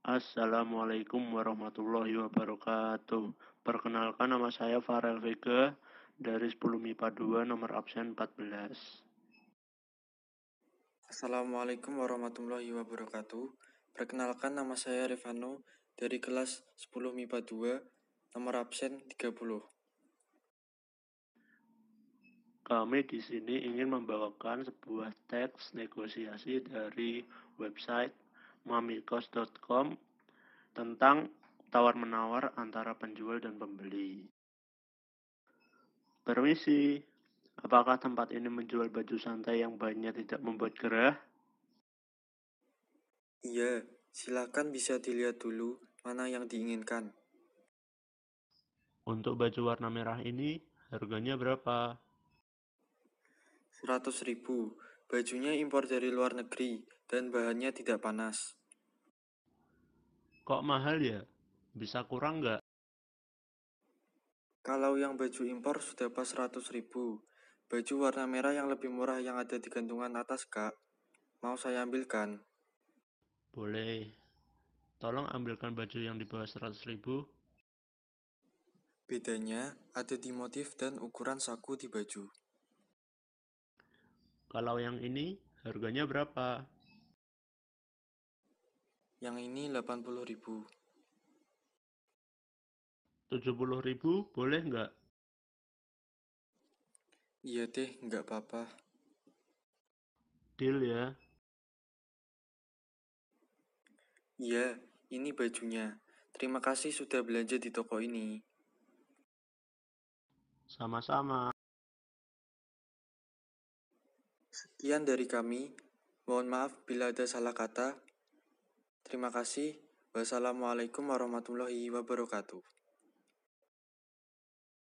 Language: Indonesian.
Assalamualaikum warahmatullahi wabarakatuh. Perkenalkan, nama saya Farel Vega dari 10 MIPA 2 nomor absen 14. Assalamualaikum warahmatullahi wabarakatuh. Perkenalkan, nama saya Revano dari kelas 10 MIPA 2 nomor absen 30. Kami di sini ingin membawakan sebuah teks negosiasi dari website mamikos.com tentang tawar-menawar antara penjual dan pembeli. Permisi, apakah tempat ini menjual baju santai yang bahannya tidak membuat gerah? Iya, silakan bisa dilihat dulu mana yang diinginkan. Untuk baju warna merah ini, harganya berapa? 100.000. Bajunya impor dari luar negeri dan bahannya tidak panas. Kok mahal ya? Bisa kurang nggak? Kalau yang baju impor sudah pas 100.000. Baju warna merah yang lebih murah yang ada di gantungan atas, Kak. Mau saya ambilkan? Boleh. Tolong ambilkan baju yang di bawah 100.000. Bedanya ada di motif dan ukuran saku di baju. Kalau yang ini, harganya berapa? Yang ini 80.000. 70.000, boleh nggak? Iya deh, nggak apa-apa. Deal ya. Iya, ini bajunya. Terima kasih sudah belanja di toko ini. Sama-sama. Sekian dari kami. Mohon maaf bila ada salah kata. Terima kasih. Wassalamualaikum warahmatullahi wabarakatuh.